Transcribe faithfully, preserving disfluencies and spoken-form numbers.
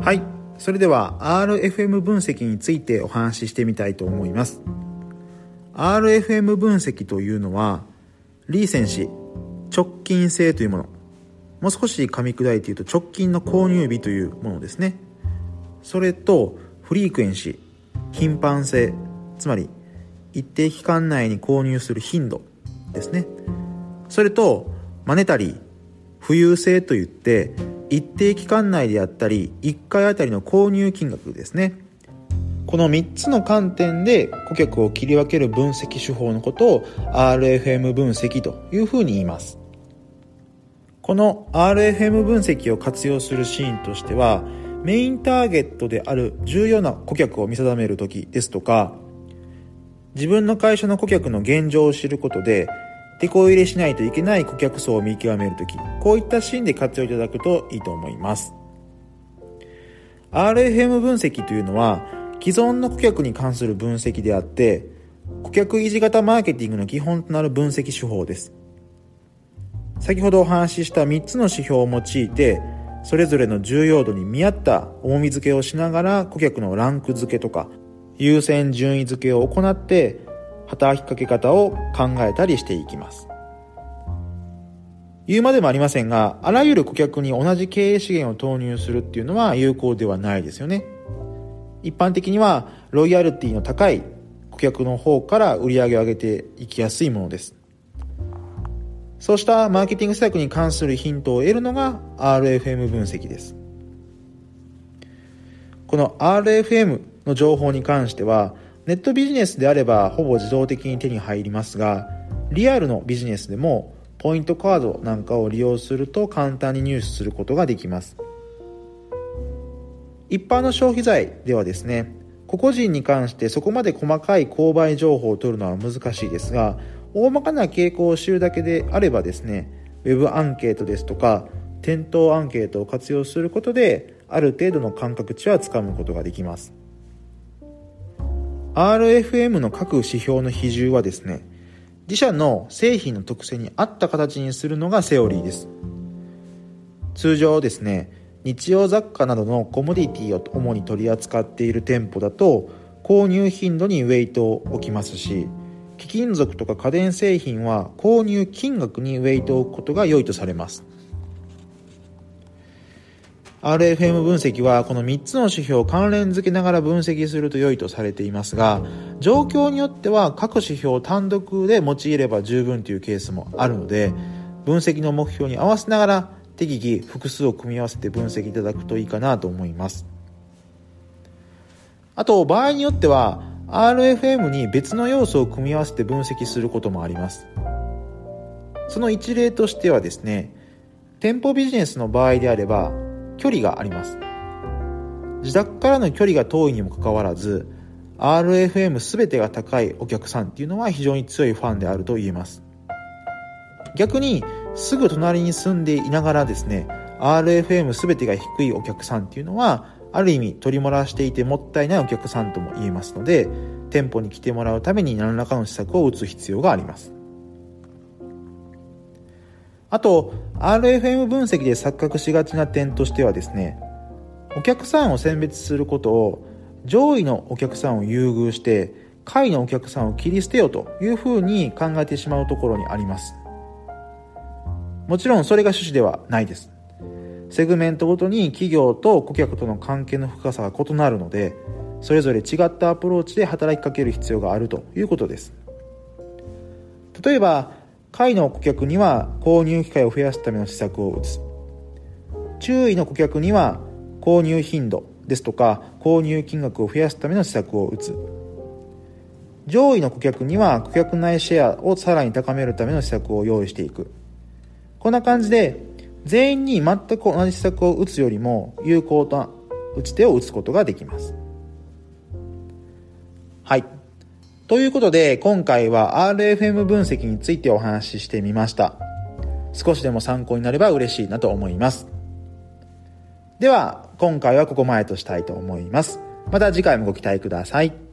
はい、それでは アールエフエム 分析についてお話ししてみたいと思います。 アールエフエム 分析というのはリーセンシ、直近性というもの、もう少し噛み砕いて言うと直近の購入日というものですね。それとフリークエンシー、頻繁性、つまり一定期間内に購入する頻度ですね。それとマネタリー、浮遊性といって一定期間内であったりいっかいあたりの購入金額ですね。このみっつの観点で顧客を切り分ける分析手法のことを アールエフエム 分析というふうに言います。この アールエフエム 分析を活用するシーンとしては、メインターゲットである重要な顧客を見定めるときですとか、自分の会社の顧客の現状を知ることで手こ入れしないといけない顧客層を見極めるとき、こういったシーンで活用いただくといいと思います。 アールエフエム 分析というのは既存の顧客に関する分析であって、顧客維持型マーケティングの基本となる分析手法です。先ほどお話ししたみっつの指標を用いて、それぞれの重要度に見合った重み付けをしながら顧客のランク付けとか優先順位付けを行って働きかけ方を考えたりしていきます。言うまでもありませんが、あらゆる顧客に同じ経営資源を投入するっていうのは有効ではないですよね。一般的にはロイヤルティの高い顧客の方から売り上げを上げていきやすいものです。そうしたマーケティング施策に関するヒントを得るのが アールエフエム 分析です。この アールエフエム の情報に関してはネットビジネスであればほぼ自動的に手に入りますが、リアルのビジネスでもポイントカードなんかを利用すると簡単に入手することができます。一般の消費財ではですね、個々人に関してそこまで細かい購買情報を取るのは難しいですが、大まかな傾向を知るだけであればですね、ウェブアンケートですとか店頭アンケートを活用することである程度の感覚値はつかむことができます。 アールエフエム の各指標の比重はですね、自社の製品の特性に合った形にするのがセオリーです。通常ですね、日用雑貨などのコモディティを主に取り扱っている店舗だと購入頻度にウェイトを置きますし、貴金属とか家電製品は購入金額にウェイトを置くことが良いとされます。 アールエフエム 分析はこのみっつの指標を関連付けながら分析すると良いとされていますが、状況によっては各指標を単独で用いれば十分というケースもあるので、分析の目標に合わせながら適宜複数を組み合わせて分析いただくといいかなと思います。あと場合によってはアールエフエム に別の要素を組み合わせて分析することもあります。その一例としてはですね、店舗ビジネスの場合であれば距離があります。自宅からの距離が遠いにもかかわらず アールエフエム 全てが高いお客さんっていうのは非常に強いファンであると言えます。逆にすぐ隣に住んでいながらですね、 アールエフエム 全てが低いお客さんっていうのはある意味取り漏らしていてもったいないお客さんとも言えますので、店舗に来てもらうために何らかの施策を打つ必要があります。あと アールエフエム 分析で錯覚しがちな点としてはですね、お客さんを選別することを上位のお客さんを優遇して下位のお客さんを切り捨てようというふうに考えてしまうところにあります。もちろんそれが趣旨ではないです。セグメントごとに企業と顧客との関係の深さが異なるので、それぞれ違ったアプローチで働きかける必要があるということです。例えば下位の顧客には購入機会を増やすための施策を打つ、中位の顧客には購入頻度ですとか購入金額を増やすための施策を打つ、上位の顧客には顧客内シェアをさらに高めるための施策を用意していく。こんな感じで全員に全く同じ施策を打つよりも有効な打ち手を打つことができます。はい。ということで今回は アールエフエム 分析についてお話ししてみました。少しでも参考になれば嬉しいなと思います。では今回はここまでとしたいと思います。また次回もご期待ください。